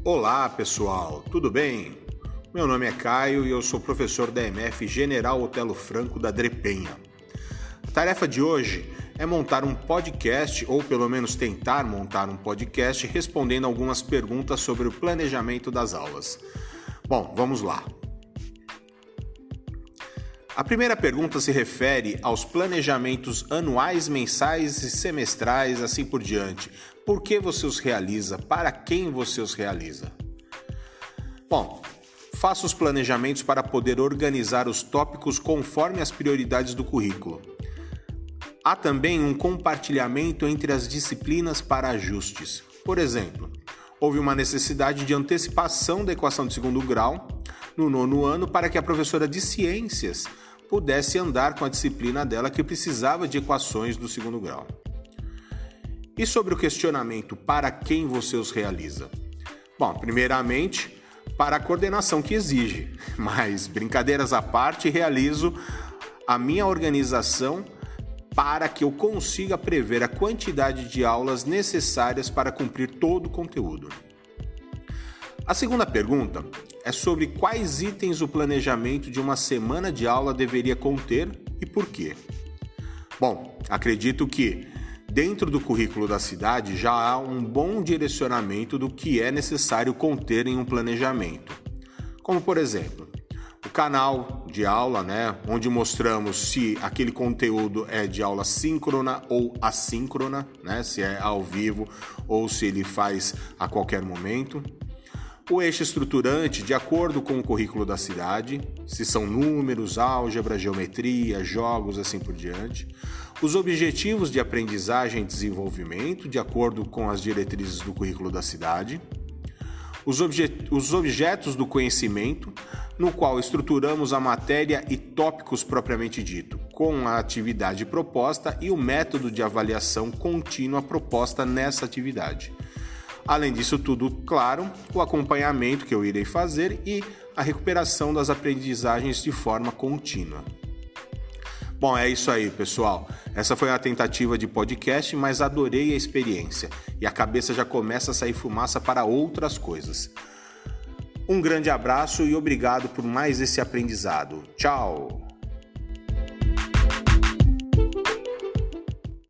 Olá pessoal, tudo bem? Meu nome é Caio e eu sou professor da MF General Otelo Franco da Drepenha. A tarefa de hoje é montar um podcast, ou pelo menos tentar montar um podcast respondendo algumas perguntas sobre o planejamento das aulas. Bom, vamos lá. A primeira pergunta se refere aos planejamentos anuais, mensais e semestrais, assim por diante. Por que você os realiza? Para quem você os realiza? Bom, faça os planejamentos para poder organizar os tópicos conforme as prioridades do currículo. Há também um compartilhamento entre as disciplinas para ajustes. Por exemplo, houve uma necessidade de antecipação da equação de segundo grau no 9º ano para que a professora de ciências pudesse andar com a disciplina dela que precisava de equações do segundo grau. E sobre o questionamento para quem você os realiza? Bom, primeiramente, para a coordenação que exige, mas brincadeiras à parte, realizo a minha organização para que eu consiga prever a quantidade de aulas necessárias para cumprir todo o conteúdo. A segunda pergunta é sobre quais itens o planejamento de uma semana de aula deveria conter e por quê. Bom, acredito que dentro do currículo da cidade já há um bom direcionamento do que é necessário conter em um planejamento. Como, por exemplo, o canal de aula, onde mostramos se aquele conteúdo é de aula síncrona ou assíncrona, se é ao vivo ou se ele faz a qualquer momento. O eixo estruturante, de acordo com o currículo da cidade, se são números, álgebra, geometria, jogos, assim por diante. Os objetivos de aprendizagem e desenvolvimento, de acordo com as diretrizes do currículo da cidade. Os objetos do conhecimento, no qual estruturamos a matéria e tópicos propriamente dito, com a atividade proposta e o método de avaliação contínua proposta nessa atividade. Além disso tudo, claro, o acompanhamento que eu irei fazer e a recuperação das aprendizagens de forma contínua. Bom, é isso aí, pessoal. Essa foi a tentativa de podcast, mas adorei a experiência e a cabeça já começa a sair fumaça para outras coisas. Um grande abraço e obrigado por mais esse aprendizado. Tchau!